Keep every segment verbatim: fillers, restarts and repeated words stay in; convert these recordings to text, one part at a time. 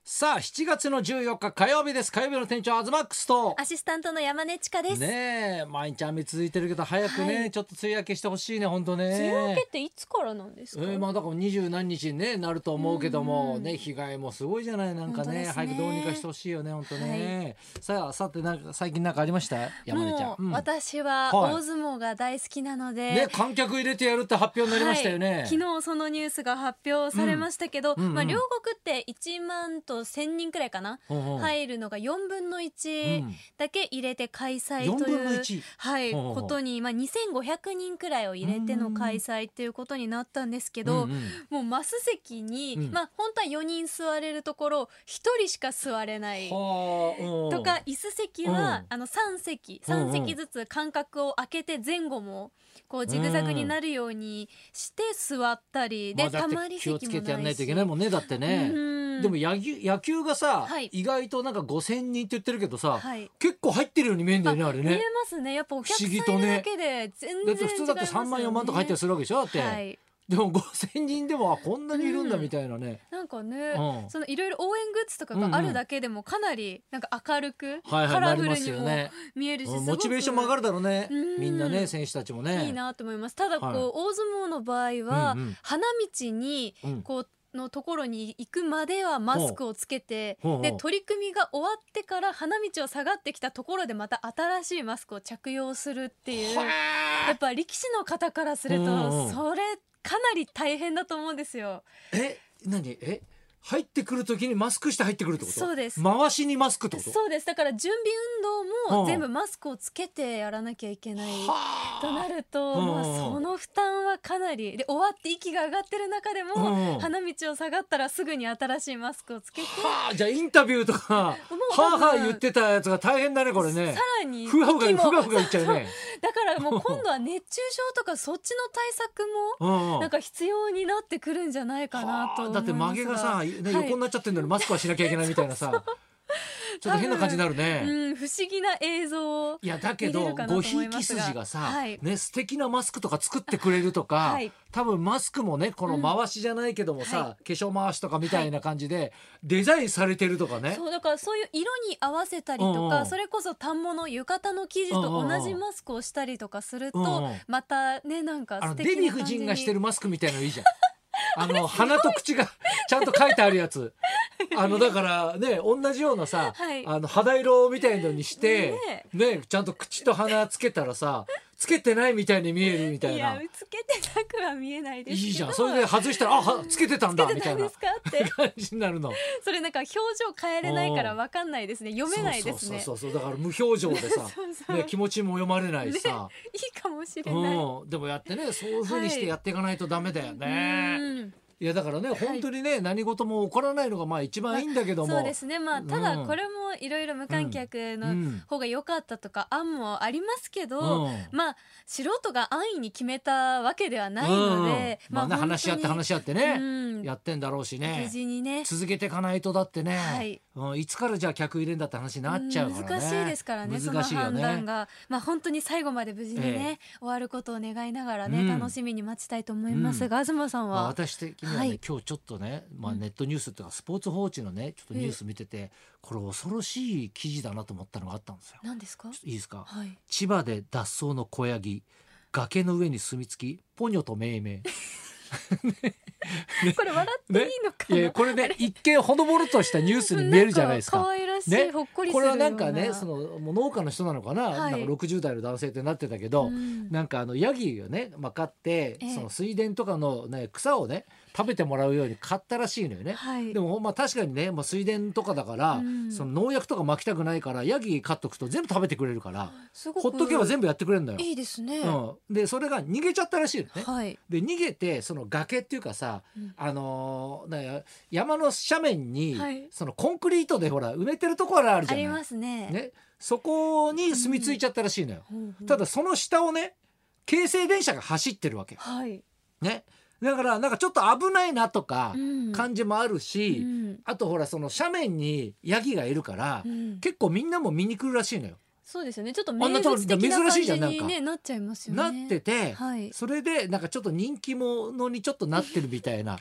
さあしちがつのじゅうよっか火曜日です。火曜日の店長アズマックスとアシスタントの山根千佳です。 ねえ、毎日雨続いてるけど早くね、 はい、 ちょっと梅雨明けしてほしいね。本当ね。 梅雨明けっていつからなんですか？ えー、まあだから二十何日に、ね、なると思うけども、うんうん、ね、被害もすごいじゃない。なんか ね, ね早くどうにかしてほしいよね。本当ね、はい、さあさてなんか最近なんかありました？山根ちゃん、うん、 私は大相撲が大好きなので、はい、 ね、観客入れてやるって発表になりましたよね、はい、 昨日そのニュースが発表されましたけど、 うんうんうん、 まあ、両国っていちまんとせんにんくらいかな、うんうん、入るのがよんぶんのいちだけ入れて開催という、はい、ことに、まあ、にせんごひゃくにんくらいを入れての開催ということになったんですけど、うんうん、もうマス席に、うん、まあ、本当はよにん座れるところひとりしか座れないとか、椅子席は、うん、あのさんせきさんせきずつ間隔を空けて前後もこうジグザグになるようにして座ったり、うん、で、 まあ、 たまり席もないし、 気をつけてやんないといけないもんね。だってね、うん、でも野球、野球がさ、はい、意外となんかごせんにんって言ってるけどさ、はい、結構入ってるように見えるんだよね。あれね、 見えますね。やっぱお客さんいるだけで全然違いますよね。 だって普通だってさんまんよんまんとか入ったりするわけでしょ。だって、はい、でもごせんにんでもこんなにいるんだみたいなね、 うん、なんかね、うん、そのいろいろ応援グッズとかがあるだけでもかなりなんか明るく、うんうん、カラフルにも見えるし、はいはい、 モチベーションも上がるだろうね、うん、みんなね、選手たちもね、 いいなと思います。ただこう、はい、大相撲の場合は、うんうん、花道にこう、うん、のところに行くまではマスクをつけて、で取り組みが終わってから花道を下がってきたところでまた新しいマスクを着用するっていう、やっぱ力士の方からするとそれかなり大変だと思うんですよ。 え、何え入ってくるときにマスクして入ってくるってこと？ そうです。 回しにマスクってこと？ そうです。だから準備運動も全部マスクをつけてやらなきゃいけないとなると、まあ、その負担はかなりで、終わって息が上がってる中でも花道を下がったらすぐに新しいマスクをつけて、 はあ、じゃあインタビューとかはあはあ言ってたやつが大変だねこれね。 さらにふがふがふがふがいっちゃうね。 だからもう今度は熱中症とかそっちの対策もなんか必要になってくるんじゃないかなと思いますが、 だって曲げがさ、ね、はい、横になっちゃってるのにマスクはしなきゃいけないみたいなさちょっと変な感じになるね、 うん、不思議な映像を。 いやだけどごひいき筋がさ、はい、ね、素敵なマスクとか作ってくれるとか、はい、多分マスクもねこの回しじゃないけどもさ、うん、はい、化粧回しとかみたいな感じでデザインされてるとかね、 そうだからそういう色に合わせたりとか、うんうん、それこそ反物浴衣の生地と同じマスクをしたりとかすると、うんうん、またね、なんか素敵な感じに。 デヴィ夫人がしてるマスクみたいなのいいじゃんあの鼻と口がちゃんと書いてあるやつあのだからね、同じようなさ、はい、あの肌色みたいのにして、ねね、ちゃんと口と鼻つけたらさ、つけてないみたいに見えるみたいな。いや、つけてなくは見えないですけど。 いいじゃん。それで外したら、あ、つけてたんだみたいな感じになるの。 それなんか表情変えれないから分かんないですね。読めないですね。 そうそうそうそう、だから無表情でさそうそう、ね、気持ちも読まれないしさ、 ね、いいかもしれない、 うん、でもやってね、そういう風にしてやっていかないとダメだよね、はい、うん、いやだからね、本当にね、はい、何事も起こらないのがまあ一番いいんだけども、 まあ、そうですね、まあ、ただこれもいろいろ無観客の方が良かったとか案もありますけど、うん、まあ素人が安易に決めたわけではないので、 うん、まあ、ね、話し合って話し合ってね、うん、やってんだろうしね、 無事にね続けていかないとだってね、はい、うん、いつからじゃあ客入れんだって話になっちゃうからね、 難しいですからね、難しいよね、その判断が、まあ、本当に最後まで無事にね、ええ、終わることを願いながらね、うん、楽しみに待ちたいと思いますが、うん、東さんは、まあ、 私的にはね、はい、今日ちょっとね、まあ、ネットニュースというかスポーツ報知のねちょっとニュース見てて、これ恐ろしい記事だなと思ったのがあったんですよ。 何ですか？ いいですか、 はい、 千葉で脱走の子ヤギ、崖の上に住み着きポニョと命名ね、これ笑っていいのかな、 ね、いやこれね一見ほのぼのとしたニュースに見えるじゃないですか。 可愛らしい、ね、ほっこりすこるような。 れはなんかね、そのもう農家の人なのかな、はい、なんかろくじゅう代の男性ってなってたけど、うん、なんかあのヤギをね、まあ、飼って、ええ、その水田とかの、ね、草をね食べてもらうように買ったらしいのよね、はい、でもまあ確かにね、まあ、水田とかだから、うん、その農薬とか撒きたくないからヤギ飼っとくと全部食べてくれるからほっとけば全部やってくれるんだよ。 いいですね、 うん、でそれが逃げちゃったらしいのね、 はい、 で逃げてその崖っていうかさ、うん、あのー、山の斜面に、はい、そのコンクリートでほら埋めてるところあるじゃない。 ありますね。 ね、そこに住み着いちゃったらしいのよ、うん、ただその下をね京成電車が走ってるわけ、 はい、 ね、だからなんかちょっと危ないなとか感じもあるし、うん、あとほらその斜面にヤギがいるから、うん、結構みんなも見に来るらしいのよ。 そうですよね、ちょっと名物的な感じに、ね、なっちゃいますよね。 なってて、 はい、 それでなんかちょっと人気者にちょっとなってるみたいな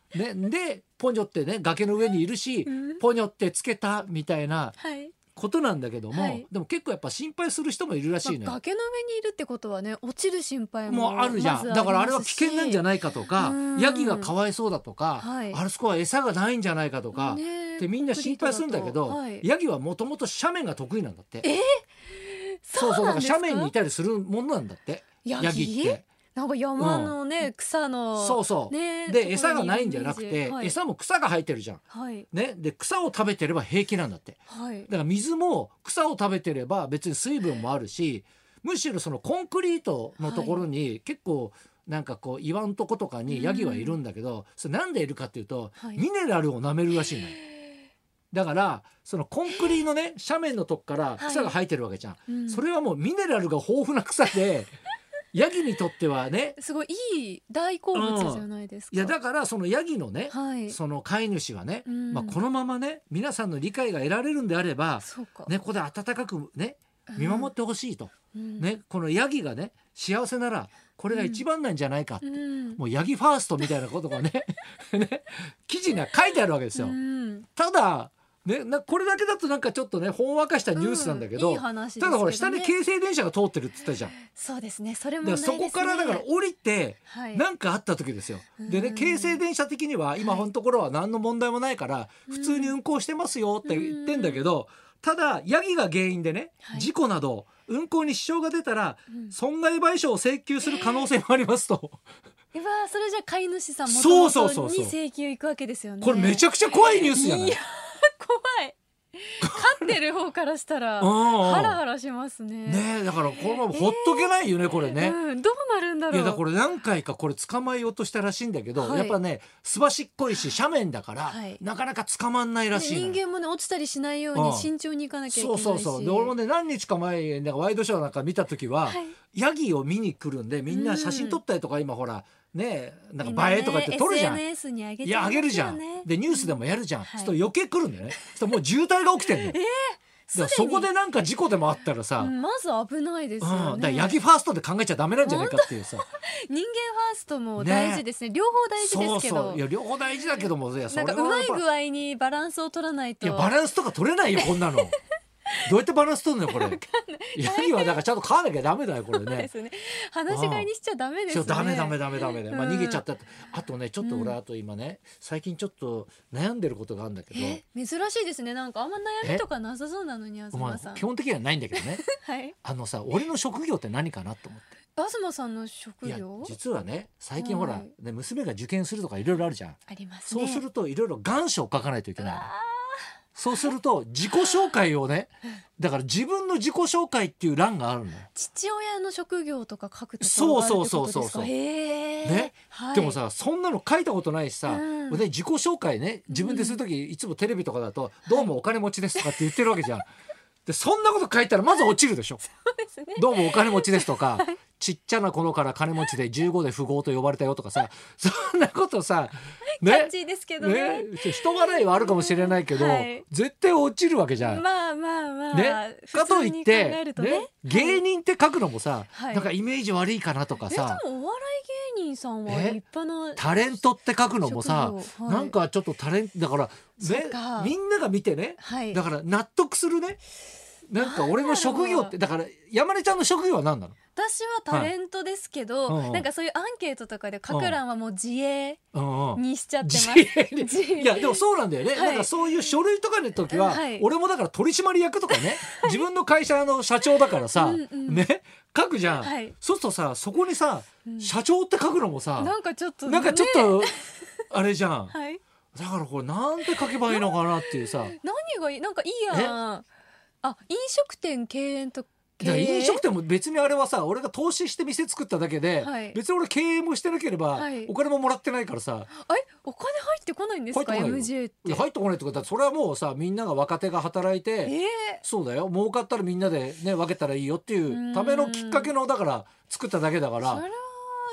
ね、でポニョってね崖の上にいるし、うん、ポニョってつけたみたいなことなんだけども、はい、でも結構やっぱ心配する人もいるらしいね、 まあ、崖の上にいるってことはね落ちる心配ももうあるじゃん、ま、だからあれは危険なんじゃないかとか、ヤギがかわいそうだとか、はい、あそこは餌がないんじゃないかとか、ね、ってみんな心配するんだけど、はい、ヤギはもともと斜面が得意なんだって。 えー、 そうそう、だから斜面にいたりするものなんだってヤギって。 なんか山のね、うん、草のそうそう、ね、で餌がないんじゃなくて、はい、餌も草が生えてるじゃん、はい、ね、で草を食べてれば平気なんだって、はい、だから水も草を食べてれば別に水分もあるし、むしろそのコンクリートのところに結構なんかこう岩のとことかにヤギはいるんだけど、うん、それなんでいるかっていうと、はい、ミネラルを舐めるらしいのよ。だからそのコンクリのね斜面のとこから草が生えてるわけじゃん、はいうん、それはもうミネラルが豊富な草でヤギにとってはねすごいいい大好物じゃないですか、 うん、いやだからそのヤギのね、はい、その飼い主はね、うんまあ、このままね皆さんの理解が得られるんであれば、ね、ここで温かくね見守ってほしいと、うんね、このヤギがね幸せならこれが一番なんじゃないかって、うん、もうヤギファーストみたいなことがねね記事には書いてあるわけですよ、うん、ただね、なこれだけだとなんかちょっとねほんわかしたニュースなんだけど、うんいい話ですけどね、ただほら下に京成電車が通ってるって言ったじゃん。 そうですね、それも問題ですね。 そこからだから降りて何かあった時ですよ、はい、でね京成電車的には今のところは何の問題もないから普通に運行してますよって言ってんだけど、ただヤギが原因でね事故など運行に支障が出たら損害賠償を請求する可能性もありますと、 えー、それじゃ飼い主さんもともとに請求いくわけですよね。 これめちゃくちゃ怖いニュースじゃない。 怖い飼ってる方からしたらハラハラしますね。 ねえだからこのままほっとけないよね、えー、これね、 うん、どうなるんだろう。 いやだからこれ何回かこれ捕まえようとしたらしいんだけど、はい、やっぱねすばしっこいし斜面だから、はい、なかなか捕まんないらしい、 ね、人間もね落ちたりしないように慎重に行かなきゃいけないし、 そうそうそうで俺もね何日か前なんかワイドショーなんか見た時は、はい、ヤギを見に来るんでみんな写真撮ったりとか、うん、今ほらねなんか映えとかって撮るじゃん、ね、エスエヌエス に上げてますよね。いや上げるじゃんでニュースでもやるじゃん、うん、そうすると余計来るんだよね、はい、もう渋滞が起きてんのよ、えーだそこでなんか事故でもあったらさ、 うん、まず危ないですよね、 うん、だからヤギファーストで考えちゃダメなんじゃないかっていうさ人間ファーストも大事ですね、ね両方大事ですけど。 そうそういや両方大事だけどもいやそれはなんかうまい具合にバランスを取らないと。 いやバランスとか取れないよこんなのどうやってバランス取るのよこれ。ヤギはだからちゃんと飼わなきゃダメだよこれね。そうですね。 放し飼いにしちゃダメですね。 ダメダメダメダメだ、まあ、逃げちゃったって、うん、あとねちょっと俺あと今ね最近ちょっと悩んでることがあるんだけど。 珍しいですね。なんかあんま悩みとかなさそうなのに東さん、 基本的にはないんだけどね、 はい、 あのさ俺の職業って何かなと思って。 東さんの職業。いや実はね最近ほら、はい、ね、娘が受験するとかいろいろあるじゃん。 ありますね。 そうするといろいろ願書を書かないといけない。そうすると自己紹介をねだから自分の自己紹介っていう欄があるのよ。 父親の職業とか書くところがあるってことですか。そうそうそうそうへー、ね、はい、でもさそんなの書いたことないしさ、うん、で自己紹介ね自分でする時、うん、いつもテレビとかだとどうもお金持ちですとかって言ってるわけじゃん、はい、でそんなこと書いたらまず落ちるでしょそうですね、 どうもお金持ちですとか、はい、ちっちゃな頃から金持ちでじゅうごで富豪と呼ばれたよとかさそんなことさね、キャッチーですけど ね, ね人笑いはあるかもしれないけど、はい、絶対落ちるわけじゃん。 まあまあまあ、 ね、かといって、ねね、 芸人って書くのもさ、はい、なんかイメージ悪いかなとかさ。 でもお笑い芸人さんは立派なタレントって書くのもさ、はい、なんかちょっとタレントだから、ね、みんなが見てね、はい、だから納得するね。なんか俺の職業ってだから山根ちゃんの職業は何なの。 私はタレントですけど、はい、なんかそういうアンケートとかで書く欄はもう自営にしちゃってます、うんうん、 いやでもそうなんだよね、はい、なんかそういう書類とかの時は、はい、俺もだから取締役とかね、はい、自分の会社の社長だからさ、うんうん、ね書くじゃん、はい、そうするとさそこにさ、うん、社長って書くのもさなんかちょっと、ね、 なんかちょっとあれじゃん、はい、だからこれなんて書けばいいのかなっていうさ何がいいなんかいいやん。あ飲食店経営と経営飲食店も別にあれはさ俺が投資して店作っただけで、はい、別に俺経営もしてなければ、はい、お金ももらってないからさ。 えお金入ってこないんですか エムジェー って。 入ってこないってことだってそれはもうさみんなが若手が働いて、えー、そうだよ儲かったらみんなでね分けたらいいよっていうためのきっかけのだから作っただけだから。 それは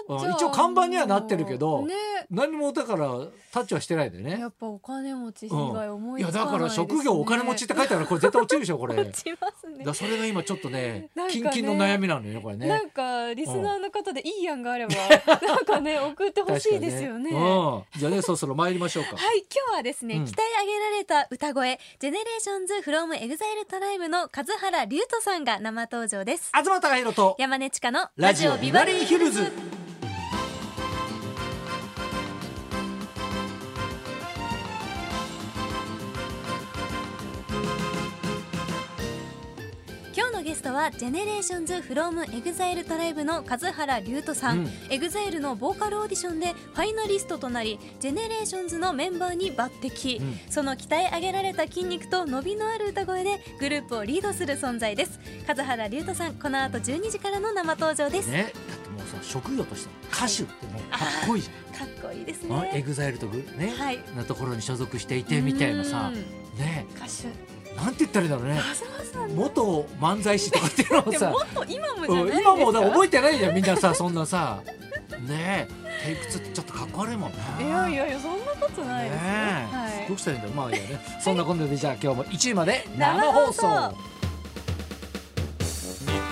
一応看板にはなってるけど、 ね、 何もだからタッチはしてないんだよね。 やっぱお金持ち以外思いつかないですね、うん、いやだから職業お金持ちって書いてあるこれ絶対落ちるでしょこれ。 落ちますね。 だそれが今ちょっとねキンキンの悩みなのよねこれね。 なんかリスナーの方でいい案があれば、うん、なんかね送ってほしいですよね。 ね、うん、じゃあねそろそろ参りましょうか。 はい、今日はですね、うん、鍛え上げられた歌声ジェネレーションズ from エグザイルトライブの数原龍斗さんが生登場です。 東貴博と山根千佳のラジオビバリーヒルズ。 今日のゲストはジェネレーションズ from エグザイルトライブの数原龍斗さん、うん、エグザイルのボーカルオーディションでファイナリストとなりジェネレーションズのメンバーに抜擢、うん、その鍛え上げられた筋肉と伸びのある歌声でグループをリードする存在です。数原龍斗さん、この後じゅうにじからの生登場です、ね、 だってもうさ職業として歌手ってね、はい、かっこいいじゃん。 かっこいいですね。 エグザイルとグね、はい、なところに所属していてみたいなさ、ね、 歌手なんて言ったらいいんだろうね。元漫才師とかっていうのもさもっと今もじゃないですか。 今もだ覚えてないじゃんみんなさそんなさねえテイクツーってちょっとかっこ悪いもんね。 いやいやいやそんなことないですよ、ね、 はい、どうしたらいいんだろう。まあいいやねそんなことでじゃあ今日もいちじまで生放送。